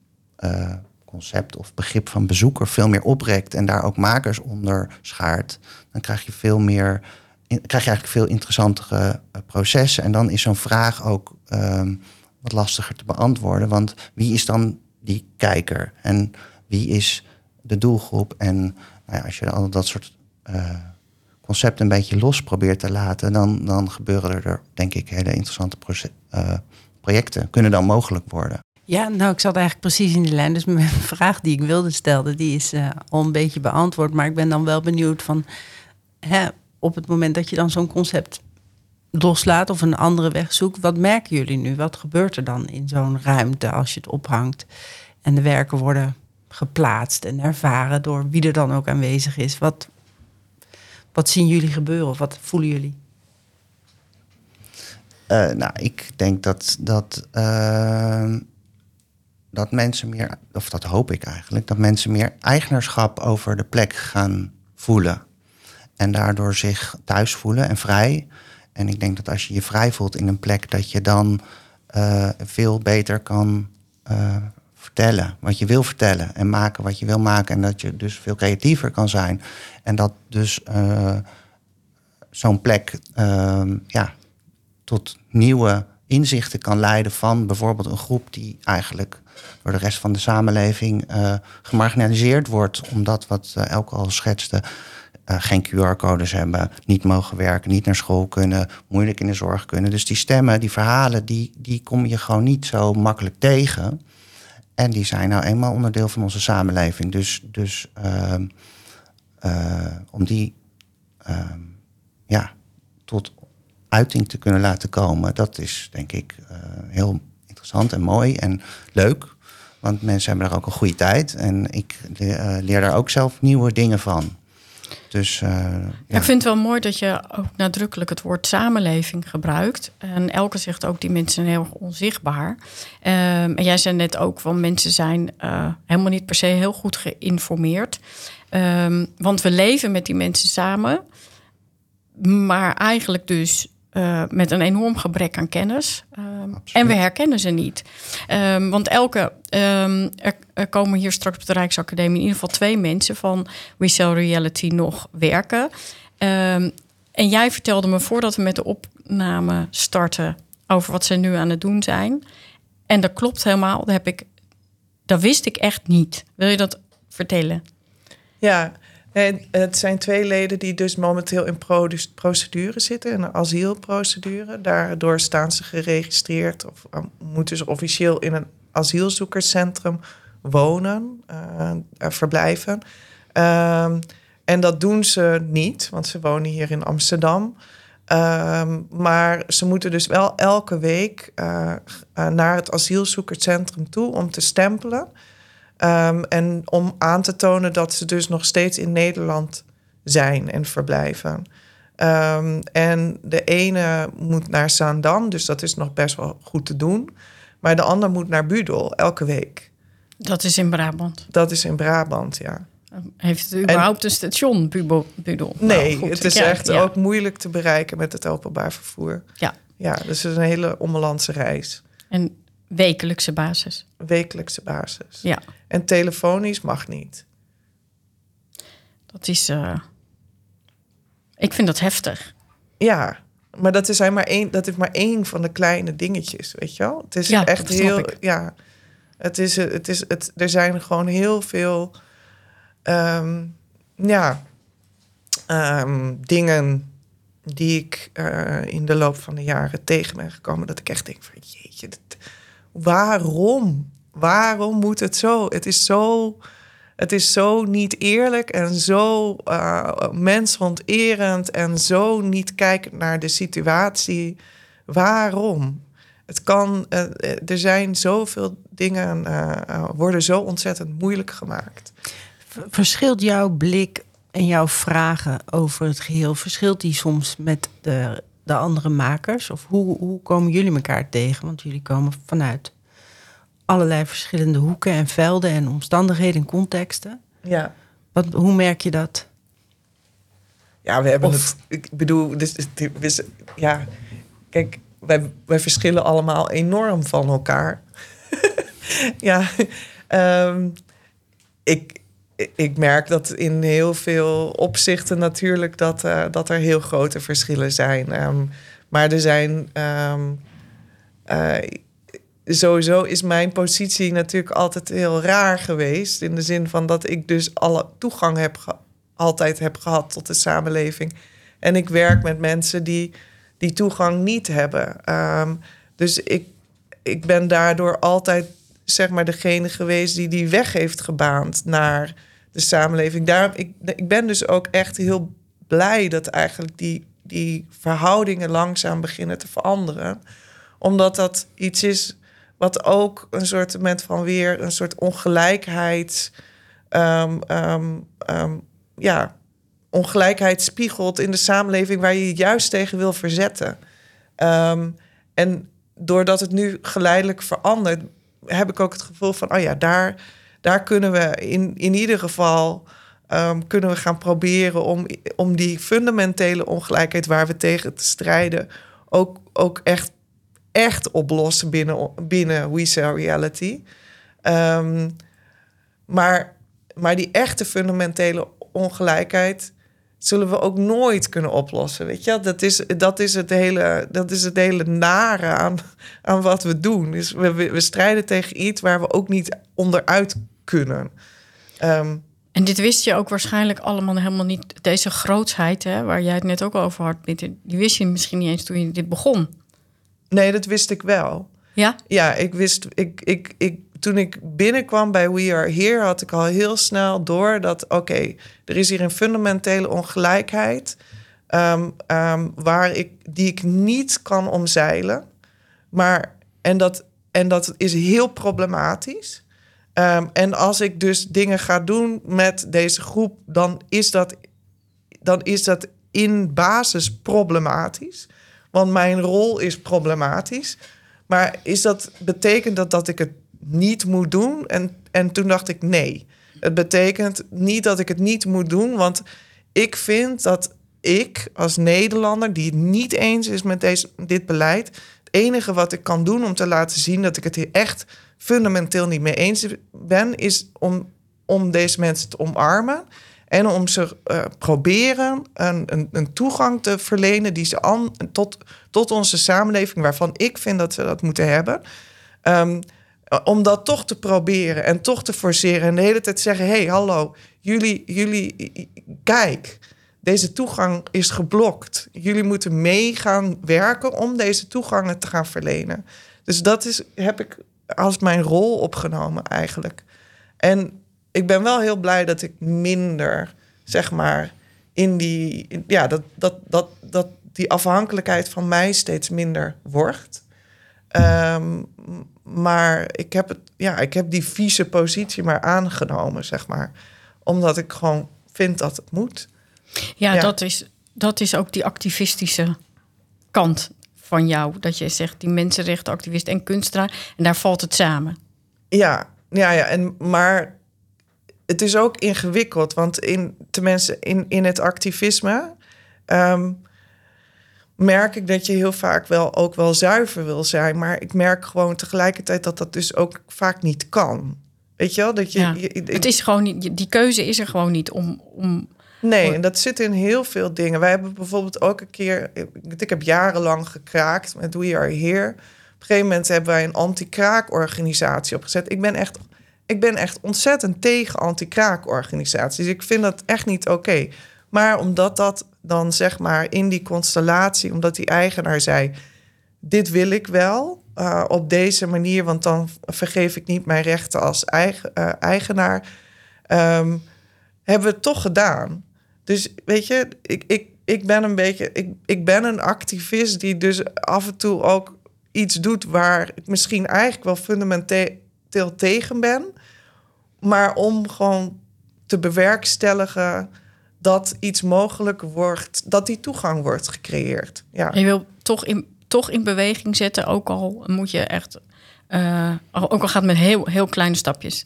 uh, concept of begrip van bezoeker veel meer oprekt en daar ook makers onder schaart, dan krijg je veel meer, in, krijg je eigenlijk veel interessantere uh, processen. En dan is zo'n vraag ook um, wat lastiger te beantwoorden. Want wie is dan die kijker? En wie is de doelgroep? En nou ja, als je al dat soort uh, concepten een beetje los probeert te laten, dan, dan gebeuren er, denk ik, hele interessante proces, uh, projecten. Kunnen dan mogelijk worden. Ja, nou, ik zat eigenlijk precies in die lijn. Dus mijn vraag die ik wilde stellen, die is uh, al een beetje beantwoord. Maar ik ben dan wel benieuwd van, hè, op het moment dat je dan zo'n concept loslaat of een andere weg zoekt, wat merken jullie nu? Wat gebeurt er dan in zo'n ruimte als je het ophangt en de werken worden geplaatst en ervaren door wie er dan ook aanwezig is? Wat, wat zien jullie gebeuren of wat voelen jullie? Uh, nou, ik denk dat dat, uh, dat mensen meer, of dat hoop ik eigenlijk, dat mensen meer eigenaarschap over de plek gaan voelen. En daardoor zich thuis voelen en vrij. En ik denk dat als je je vrij voelt in een plek, dat je dan uh, veel beter kan uh, vertellen wat je wil vertellen. En maken wat je wil maken. En dat je dus veel creatiever kan zijn. En dat dus uh, zo'n plek uh, ja, tot nieuwe inzichten kan leiden van bijvoorbeeld een groep die eigenlijk door de rest van de samenleving uh, gemarginaliseerd wordt. Omdat wat uh, Elke al schetste, Uh, geen Q R-codes hebben, niet mogen werken, niet naar school kunnen, moeilijk in de zorg kunnen. Dus die stemmen, die verhalen, die, die kom je gewoon niet zo makkelijk tegen. En die zijn nou eenmaal onderdeel van onze samenleving. Dus, dus uh, uh, om die uh, ja, tot uiting te kunnen laten komen, dat is denk ik uh, heel interessant en mooi en leuk. Want mensen hebben daar ook een goede tijd. En ik uh, leer daar ook zelf nieuwe dingen van. Dus, uh, ja. Ik vind het wel mooi dat je ook nadrukkelijk het woord samenleving gebruikt. En Elke zegt ook, die mensen zijn heel erg onzichtbaar. Um, en jij zei net ook, van mensen zijn uh, helemaal niet per se heel goed geïnformeerd. Um, want we leven met die mensen samen. Maar eigenlijk dus uh, met een enorm gebrek aan kennis. Um, en we herkennen ze niet. Um, want Elke, um, er, er komen hier straks op de Rijksacademie in ieder geval twee mensen van We Sell Reality nog werken. Um, en jij vertelde me voordat we met de opname starten over wat ze nu aan het doen zijn. En dat klopt helemaal. Dat, heb ik, dat wist ik echt niet. Wil je dat vertellen? Ja, Nee, het zijn twee leden die dus momenteel in procedure zitten, in een asielprocedure. Daardoor staan ze geregistreerd of uh, moeten ze officieel in een asielzoekerscentrum wonen, uh, verblijven. Um, en dat doen ze niet, want ze wonen hier in Amsterdam. Um, maar ze moeten dus wel elke week uh, uh, naar het asielzoekerscentrum toe om te stempelen. Um, en om aan te tonen dat ze dus nog steeds in Nederland zijn en verblijven. Um, en de ene moet naar Zaandam, dus dat is nog best wel goed te doen. Maar de ander moet naar Budel, elke week. Dat is in Brabant? Dat is in Brabant, ja. Heeft het überhaupt en, een station, Budel? Budel? Nee, nou, het is ja, echt ja. ook moeilijk te bereiken met het openbaar vervoer. Ja. Ja, dus het is een hele ommelandse reis. En wekelijkse basis? Wekelijkse basis. Ja. En telefonisch mag niet. Dat is... Uh... Ik vind dat heftig. Ja, maar dat is, maar één, dat is maar één van de kleine dingetjes, weet je wel? Het is ja, echt heel... Ja, het is, het is, het, er zijn gewoon heel veel... Um, ja, um, dingen die ik uh, in de loop van de jaren tegen ben gekomen... dat ik echt denk van, jeetje, dat, waarom? Waarom moet het zo? Het is zo, het is zo niet eerlijk en zo uh, mensonterend... en zo niet kijkend naar de situatie. Waarom? Het kan, uh, er zijn zoveel dingen, uh, worden zo ontzettend moeilijk gemaakt. Verschilt jouw blik en jouw vragen over het geheel... verschilt die soms met de, de andere makers? Of hoe, hoe komen jullie elkaar tegen? Want jullie komen vanuit allerlei verschillende hoeken en velden... en omstandigheden en contexten. Ja. Wat, hoe merk je dat? Ja, we hebben of, het... Ik bedoel, dus, dus, ja, kijk, wij, wij verschillen allemaal enorm van elkaar. ja, um, ik... Ik merk dat in heel veel opzichten natuurlijk dat, uh, dat er heel grote verschillen zijn. Um, maar er zijn... Um, uh, sowieso is mijn positie natuurlijk altijd heel raar geweest. In de zin van dat ik dus alle toegang heb ge- altijd heb gehad tot de samenleving. En ik werk met mensen die die toegang niet hebben. Um, dus ik, ik ben daardoor altijd... zeg maar degene geweest die die weg heeft gebaand naar de samenleving. Daarom, ik, ik ben dus ook echt heel blij dat eigenlijk die, die verhoudingen langzaam beginnen te veranderen. Omdat dat iets is wat ook een soort van weer een soort ongelijkheid, um, um, um, ja, ongelijkheid spiegelt in de samenleving waar je je juist tegen wil verzetten. Um, en doordat het nu geleidelijk verandert, heb ik ook het gevoel van, oh ja, daar, daar kunnen we in, in ieder geval um, kunnen we gaan proberen om, om die fundamentele ongelijkheid waar we tegen te strijden ook, ook echt, echt oplossen binnen, binnen We Sell Reality. Um, maar, maar die echte fundamentele ongelijkheid zullen we ook nooit kunnen oplossen. Weet je, dat is, dat is het hele, dat is het hele nare aan, aan wat we doen. Dus we, we strijden tegen iets waar we ook niet onderuit kunnen. Um, en dit wist je ook waarschijnlijk allemaal helemaal niet. Deze grootsheid, hè, waar jij het net ook over had, die wist je misschien niet eens toen je dit begon. Nee, dat wist ik wel. Ja? Ja, ik wist, ik, ik, ik, toen ik binnenkwam bij We Are Here, had ik al heel snel door dat, oké, okay, er is hier een fundamentele ongelijkheid um, um, waar ik, die ik niet kan omzeilen. Maar, en, dat, en dat is heel problematisch. Um, en als ik dus dingen ga doen met deze groep, dan is dat, dan is dat in basis problematisch. Want mijn rol is problematisch. Maar is dat, betekent dat dat ik het niet moet doen? En, en toen dacht ik, nee. Het betekent niet dat ik het niet moet doen. Want ik vind dat ik als Nederlander die het niet eens is met deze, dit beleid, het enige wat ik kan doen om te laten zien dat ik het hier echt fundamenteel niet mee eens ben, is om, om deze mensen te omarmen. En om ze uh, proberen een, een, een toegang te verlenen die ze aan, tot, tot onze samenleving, waarvan ik vind dat ze dat moeten hebben. Um, om dat toch te proberen en toch te forceren. En de hele tijd zeggen, hé, hey, hallo, jullie, jullie, kijk, deze toegang is geblokt. Jullie moeten mee gaan werken om deze toegangen te gaan verlenen. Dus dat is, heb ik als mijn rol opgenomen eigenlijk. En ik ben wel heel blij dat ik minder, zeg maar, in die, ja, dat, dat, dat, dat die afhankelijkheid van mij steeds minder wordt. Um, maar ik heb, het, ja, ik heb die vieze positie maar aangenomen, zeg maar. Omdat ik gewoon vind dat het moet. Ja, ja. Dat, is, dat is ook die activistische kant van jou. Dat je zegt, die mensenrechtenactivist en kunstenaar. En daar valt het samen. Ja, ja, ja. En, maar het is ook ingewikkeld. Want in, tenminste in, in het activisme Um, merk ik dat je heel vaak wel ook wel zuiver wil zijn. Maar ik merk gewoon tegelijkertijd dat dat dus ook vaak niet kan. Weet je wel? Dat je, ja, je, je, het is gewoon niet, die keuze is er gewoon niet om... om nee, en dat zit in heel veel dingen. Wij hebben bijvoorbeeld ook een keer... Ik heb jarenlang gekraakt met We Are Here. Op een gegeven moment hebben wij een anti-kraakorganisatie opgezet. Ik ben echt, ik ben echt ontzettend tegen anti-kraakorganisaties. Ik vind dat echt niet oké. Okay. Maar omdat dat dan zeg maar in die constellatie... omdat die eigenaar zei... dit wil ik wel uh, op deze manier... want dan vergeef ik niet mijn rechten als eigen, uh, eigenaar... Um, hebben we het toch gedaan. Dus weet je, ik, ik, ik ben een beetje... Ik, ik ben een activist die dus af en toe ook iets doet... waar ik misschien eigenlijk wel fundamenteel tegen ben... maar om gewoon te bewerkstelligen... dat iets mogelijk wordt, dat die toegang wordt gecreëerd. Ja. Je wil toch in, toch in beweging zetten, ook al moet je echt... Uh, ook al gaat het met heel, heel kleine stapjes.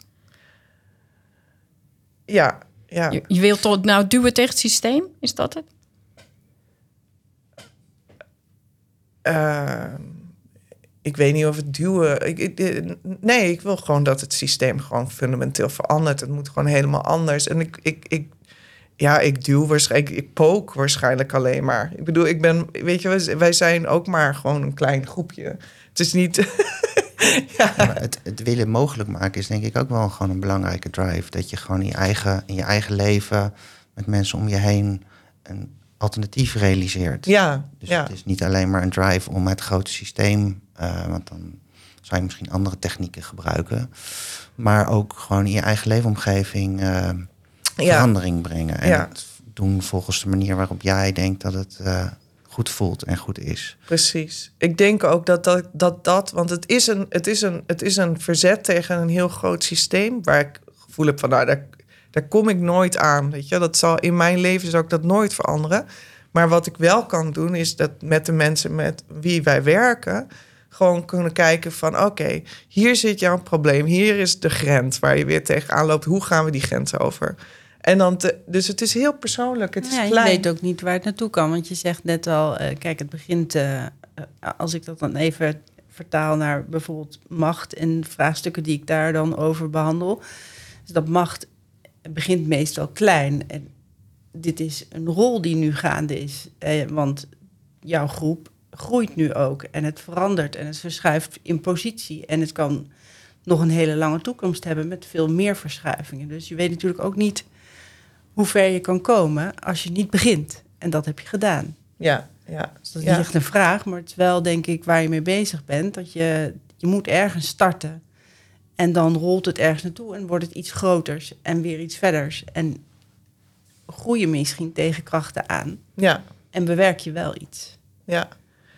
Ja, ja. Je, je wilt toch nou duwen tegen het systeem? Is dat het? Uh, ik weet niet of het duwen... Ik, ik, nee, ik wil gewoon dat het systeem gewoon fundamenteel verandert. Het moet gewoon helemaal anders. En ik... ik, ik Ja, ik duw waarschijnlijk, ik pook waarschijnlijk alleen maar. Ik bedoel, ik ben, weet je, wij zijn ook maar gewoon een klein groepje. Het is niet. ja. Ja, het, het willen mogelijk maken is denk ik ook wel gewoon een belangrijke drive. Dat je gewoon in je eigen, in je eigen leven met mensen om je heen een alternatief realiseert. Ja. Dus ja. het is niet alleen maar een drive om het grote systeem, uh, want dan zou je misschien andere technieken gebruiken, maar ook gewoon in je eigen leefomgeving. Uh, verandering ja. brengen. En ja. het doen volgens de manier waarop jij denkt dat het uh, goed voelt en goed is. Precies. Ik denk ook dat dat, dat, dat want het is, een, het, is een, het is een verzet tegen een heel groot systeem... waar ik het gevoel heb van, nou, daar, daar kom ik nooit aan. Weet je? Dat zal in mijn leven zou ik dat nooit veranderen. Maar wat ik wel kan doen, is dat met de mensen met wie wij werken... gewoon kunnen kijken van, oké, okay, hier zit jouw probleem. Hier is de grens waar je weer tegenaan loopt. Hoe gaan we die grens over? En dan te, dus het is heel persoonlijk. Het is ja, klein. Je weet ook niet waar het naartoe kan. Want je zegt net al, uh, kijk, het begint... Uh, als ik dat dan even vertaal naar bijvoorbeeld macht... en vraagstukken die ik daar dan over behandel. Dus dat macht begint meestal klein. En dit is een rol die nu gaande is. Uh, want jouw groep groeit nu ook. En het verandert en het verschuift in positie. En het kan nog een hele lange toekomst hebben... met veel meer verschuivingen. Dus je weet natuurlijk ook niet... hoe ver je kan komen als je niet begint. En dat heb je gedaan. Ja, ja. Dus dat is ja. niet echt een vraag, maar het is wel, denk ik, waar je mee bezig bent. Dat je, je moet ergens starten. En dan rolt het ergens naartoe en wordt het iets groters en weer iets verders. En groei je misschien tegenkrachten aan. Ja. En bewerk je wel iets. Ja.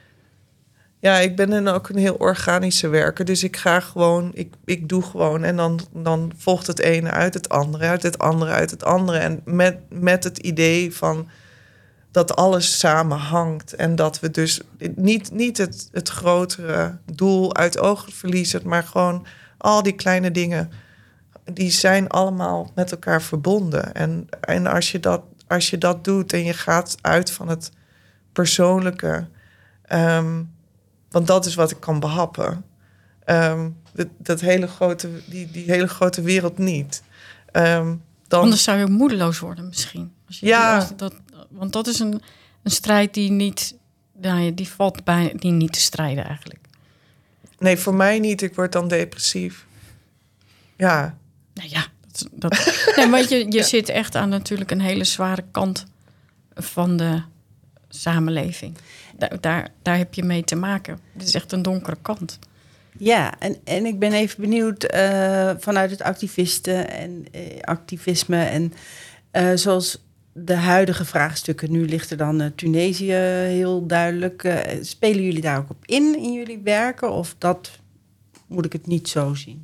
Ja, ik ben dan ook een heel organische werker. Dus ik ga gewoon, ik, ik doe gewoon. En dan, dan volgt het ene uit het andere, uit het andere, uit het andere. En met, met het idee van dat alles samenhangt. En dat we dus niet, niet het, het grotere doel uit ogen verliezen, maar gewoon al die kleine dingen, die zijn allemaal met elkaar verbonden. En, en als je dat, als je dat doet en je gaat uit van het persoonlijke, Um, want dat is wat ik kan behappen. Um, dat, dat hele grote, die, die hele grote wereld niet. Um, dan... Anders zou je ook moedeloos worden misschien. Als je, ja. Als dat, want dat is een, een strijd die niet... Nou, die valt bijna die niet te strijden eigenlijk. Nee, voor mij niet. Ik word dan depressief. Ja. Nou ja, dat, dat, nee, want je, je ja. zit echt aan natuurlijk een hele zware kant van de samenleving. Daar, daar, daar heb je mee te maken. Het is echt een donkere kant. Ja, en, en ik ben even benieuwd uh, vanuit het activisten en uh, activisme en uh, zoals de huidige vraagstukken. Nu ligt er dan uh, Tunesië heel duidelijk. Uh, spelen jullie daar ook op in, in jullie werken? Of dat moet ik het niet zo zien?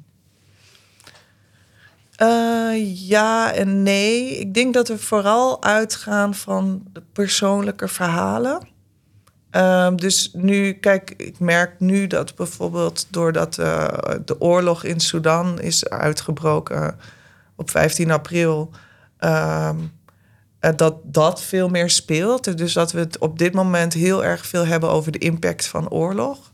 Uh, ja en nee. Ik denk dat we vooral uitgaan van de persoonlijke verhalen. Uh, dus nu, kijk, ik merk nu dat bijvoorbeeld doordat uh, de oorlog in Sudan is uitgebroken op vijftien april... Uh, dat dat veel meer speelt. Dus dat we het op dit moment heel erg veel hebben over de impact van oorlog.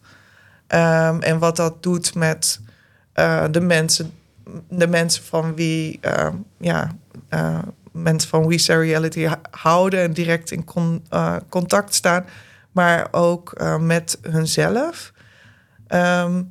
Um, en wat dat doet met uh, de mensen, de mensen van wie, uh, ja, uh, mensen van We Share Reality houden en direct in con, uh, contact staan, maar ook uh, met hunzelf. Um,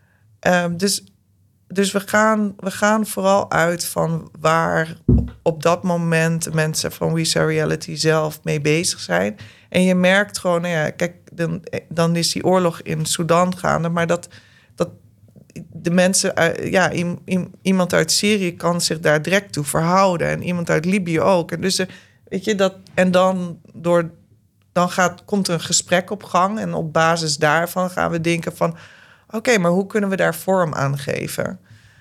um, dus dus we, gaan, we gaan vooral uit van waar op dat moment de mensen van We Share Reality zelf mee bezig zijn. En je merkt gewoon, nou ja, kijk, dan, dan is die oorlog in Sudan gaande, maar dat, dat de mensen, ja, iemand uit Syrië kan zich daar direct toe verhouden en iemand uit Libië ook. En dus, weet je, dat, en dan door, dan gaat, komt er een gesprek op gang en op basis daarvan gaan we denken van, oké, okay, maar hoe kunnen we daar vorm aan geven?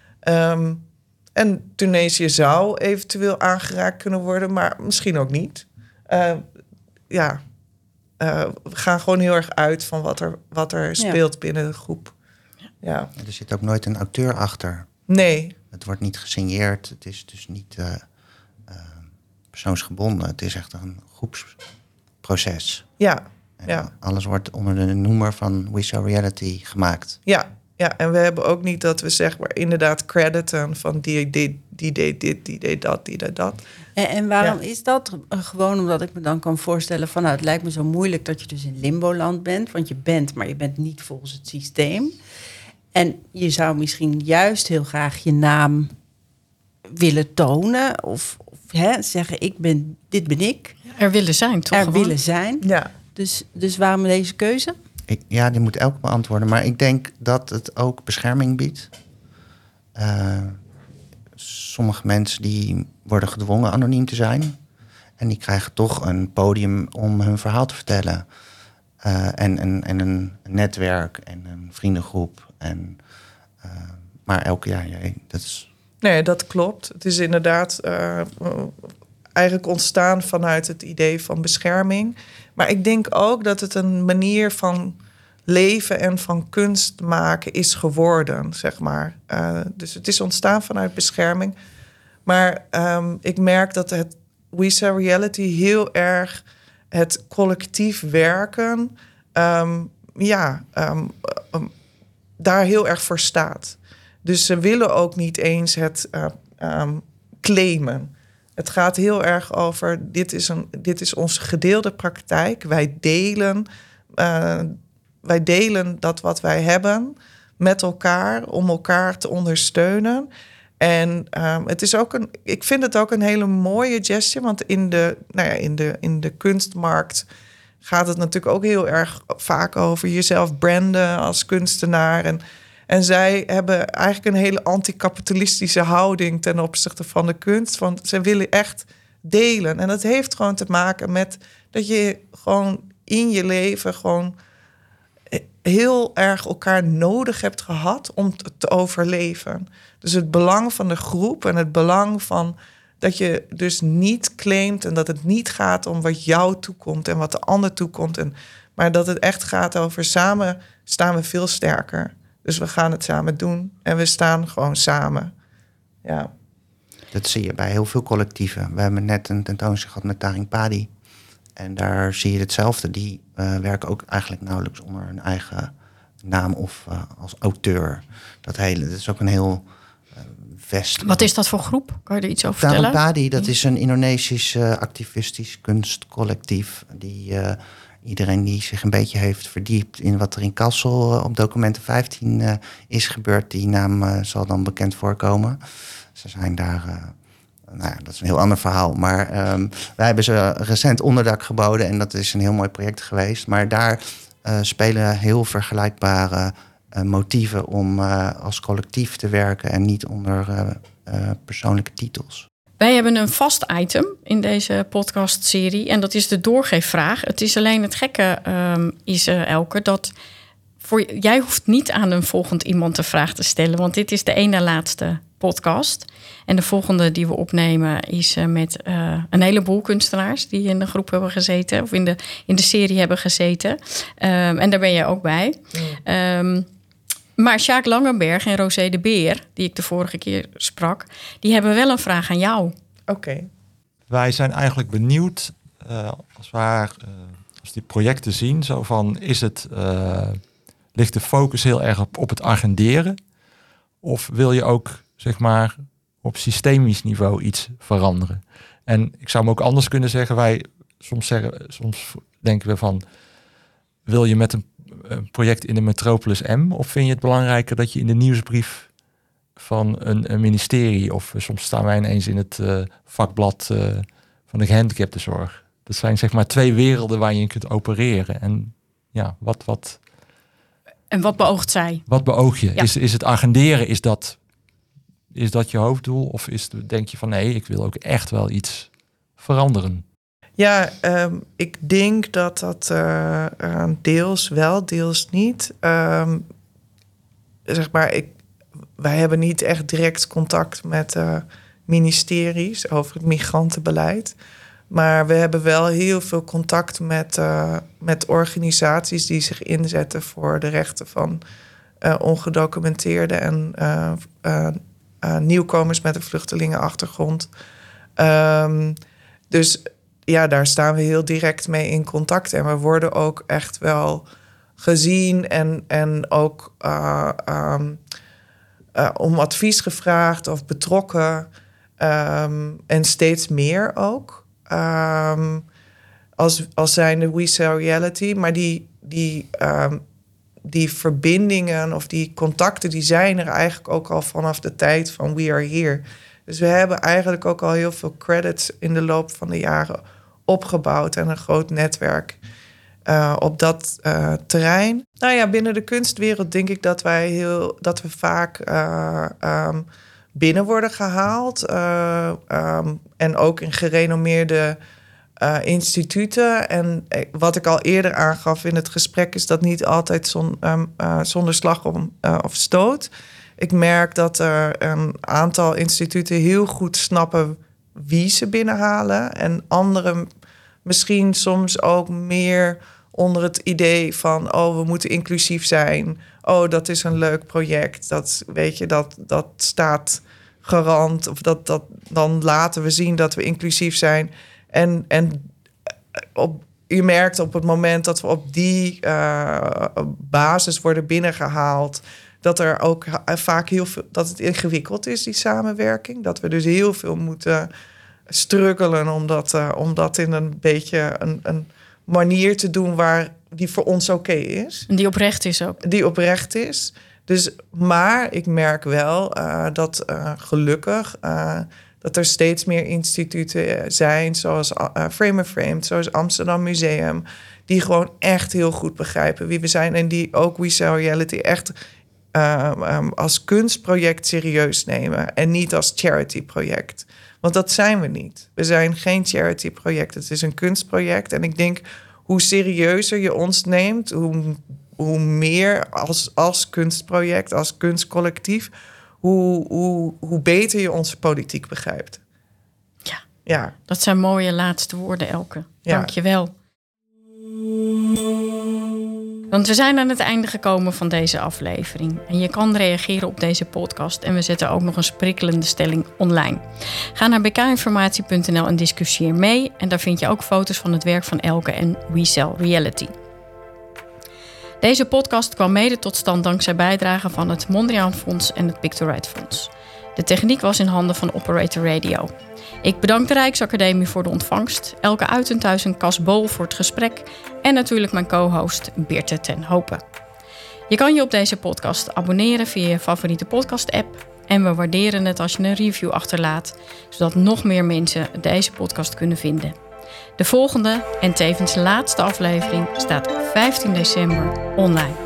Um, en Tunesië zou eventueel aangeraakt kunnen worden, maar misschien ook niet. Uh, ja, uh, we gaan gewoon heel erg uit van wat er, wat er speelt ja. binnen de groep. Ja. Er zit ook nooit een auteur achter. Nee. Het wordt niet gesigneerd. Het is dus niet uh, uh, persoonsgebonden. Het is echt een groepsproces. Ja. En ja. alles wordt onder de noemer van We Share Reality gemaakt. Ja. Ja, en we hebben ook niet dat we zeg maar inderdaad crediten van die deed die deed dit, die deed dat, die deed dat. En, en waarom ja. is dat? Gewoon omdat ik me dan kan voorstellen van, nou, het lijkt me zo moeilijk dat je dus in limboland bent, want je bent, maar je bent niet volgens het systeem. En je zou misschien juist heel graag je naam willen tonen of, of hè, zeggen, ik ben, dit ben ik. Er willen zijn, toch? Er gewoon? willen zijn. Ja. Dus, dus waarom deze keuze? Ik, ja, die moet elk beantwoorden. Maar ik denk dat het ook bescherming biedt. Uh, sommige mensen die worden gedwongen anoniem te zijn. En die krijgen toch een podium om hun verhaal te vertellen. Uh, en, en, en een netwerk en een vriendengroep. En, uh, maar elke jaar, ja, dat is... Nee, dat klopt. Het is inderdaad uh, eigenlijk ontstaan vanuit het idee van bescherming. Maar ik denk ook dat het een manier van leven en van kunst maken is geworden, zeg maar. Uh, dus het is ontstaan vanuit bescherming. Maar um, ik merk dat het We Share Reality heel erg het collectief werken, um, ja, um, um, daar heel erg voor staat. Dus ze willen ook niet eens het uh, um, claimen. Het gaat heel erg over, dit is, een, dit is onze gedeelde praktijk. Wij delen, uh, wij delen dat wat wij hebben met elkaar, om elkaar te ondersteunen. En um, het is ook een, ik vind het ook een hele mooie gesture, want in de, nou ja, in de, in de kunstmarkt gaat het natuurlijk ook heel erg vaak over jezelf branden als kunstenaar. En, en zij hebben eigenlijk een hele anticapitalistische houding ten opzichte van de kunst. Want ze willen echt delen. En dat heeft gewoon te maken met dat je gewoon in je leven gewoon heel erg elkaar nodig hebt gehad om te overleven. Dus het belang van de groep en het belang van dat je dus niet claimt en dat het niet gaat om wat jou toekomt en wat de ander toekomt. En, maar dat het echt gaat over samen staan we veel sterker. Dus we gaan het samen doen en we staan gewoon samen. Ja. Dat zie je bij heel veel collectieven. We hebben net een tentoonstelling gehad met Taring Padi. En daar zie je hetzelfde. Die uh, werken ook eigenlijk nauwelijks onder hun eigen naam of uh, als auteur. Dat hele, dat is ook een heel uh, vest. Wat is dat voor groep? Kan je er iets over Taring vertellen? Padi, dat is een Indonesisch uh, activistisch kunstcollectief. Die uh, iedereen die zich een beetje heeft verdiept in wat er in Kassel uh, op documenten vijftien uh, is gebeurd, die naam uh, zal dan bekend voorkomen. Ze zijn daar, uh, nou ja, dat is een heel ander verhaal. Maar um, wij hebben ze recent onderdak geboden en dat is een heel mooi project geweest. Maar daar uh, spelen heel vergelijkbare uh, motieven om uh, als collectief te werken en niet onder uh, uh, persoonlijke titels. Wij hebben een vast item in deze podcastserie en dat is de doorgeefvraag. Het is alleen het gekke, um, is uh, Elke, dat voor, jij hoeft niet aan een volgend iemand de vraag te stellen, want dit is de ene laatste podcast. En de volgende die we opnemen is uh, met uh, een heleboel kunstenaars die in de groep hebben gezeten of in de, in de serie hebben gezeten. Um, en daar ben jij ook bij. Ja. Um, Maar Sjaak Langenberg en Rosé de Beer, die ik de vorige keer sprak, die hebben wel een vraag aan jou. Oké. Okay. Wij zijn eigenlijk benieuwd, uh, als we haar, uh, als die projecten zien, zo van, is het, uh, ligt de focus heel erg op, op het agenderen? Of wil je ook, zeg maar, op systemisch niveau iets veranderen? En ik zou hem ook anders kunnen zeggen, wij soms zeggen, soms denken we van, wil je met een een project in de Metropolis M? Of vind je het belangrijker dat je in de nieuwsbrief van een, een ministerie, of uh, soms staan wij ineens in het uh, vakblad uh, van de gehandicaptenzorg. Dat zijn zeg maar twee werelden waar je in kunt opereren. En ja, wat... wat en wat beoogt zij? Wat beoog je? Ja. Is, is het agenderen, is dat, is dat je hoofddoel? Of is het, denk je van nee, ik wil ook echt wel iets veranderen? Ja, um, ik denk dat dat uh, uh, deels wel, deels niet. Um, zeg maar, ik, wij hebben niet echt direct contact met uh, ministeries over het migrantenbeleid. Maar we hebben wel heel veel contact met, uh, met organisaties die zich inzetten voor de rechten van uh, ongedocumenteerden en uh, uh, uh, nieuwkomers met een vluchtelingenachtergrond. Um, dus ja, daar staan we heel direct mee in contact. En we worden ook echt wel gezien en, en ook uh, um, uh, om advies gevraagd of betrokken. Um, en steeds meer ook. Um, als, als zijnde We Sell Reality. Maar die, die, um, die verbindingen of die contacten, die zijn er eigenlijk ook al vanaf de tijd van We Are Here. Dus we hebben eigenlijk ook al heel veel credits in de loop van de jaren opgebouwd en een groot netwerk uh, op dat uh, terrein. Nou ja, binnen de kunstwereld denk ik dat wij heel dat we vaak uh, um, binnen worden gehaald uh, um, en ook in gerenommeerde uh, instituten. En wat ik al eerder aangaf in het gesprek is dat niet altijd zon, um, uh, zonder slag om, uh, of stoot. Ik merk dat er een aantal instituten heel goed snappen wie ze binnenhalen. En anderen misschien soms ook meer onder het idee van, oh, we moeten inclusief zijn. Oh, dat is een leuk project. Dat, weet je, dat, dat staat garant. Of dat, dat, dan laten we zien dat we inclusief zijn. En, en op, je merkt op het moment dat we op die uh, basis worden binnengehaald, dat er ook vaak heel veel, dat het ingewikkeld is, die samenwerking. Dat we dus heel veel moeten struggelen om dat, uh, om dat in een beetje een, een manier te doen waar die voor ons oké okay is. En die oprecht is ook. Die oprecht is. Dus, maar ik merk wel uh, dat uh, gelukkig uh, dat er steeds meer instituten zijn, zoals uh, Frame and Framed, zoals Amsterdam Museum, die gewoon echt heel goed begrijpen wie we zijn en die ook We Sell Reality echt uh, um, als kunstproject serieus nemen en niet als charityproject. Want dat zijn we niet. We zijn geen charityproject. Het is een kunstproject. En ik denk, hoe serieuzer je ons neemt, hoe, hoe meer als, als kunstproject, als kunstcollectief, hoe, hoe, hoe beter je onze politiek begrijpt. Ja, ja, dat zijn mooie laatste woorden, Elke. Ja. Dank je wel. Want we zijn aan het einde gekomen van deze aflevering. En je kan reageren op deze podcast. En we zetten ook nog een prikkelende stelling online. Ga naar b k informatie punt n l en discussieer mee. En daar vind je ook foto's van het werk van Elke en We Sell Reality. Deze podcast kwam mede tot stand dankzij bijdragen van het Mondriaan Fonds en het Pictoright Fonds. De techniek was in handen van Operator Radio. Ik bedank de Rijksacademie voor de ontvangst, Elke Uiten thuis en Cas Bol voor het gesprek en natuurlijk mijn co-host Birte ten Hopen. Je kan je op deze podcast abonneren via je favoriete podcast-app en we waarderen het als je een review achterlaat, zodat nog meer mensen deze podcast kunnen vinden. De volgende en tevens laatste aflevering staat vijftien december online.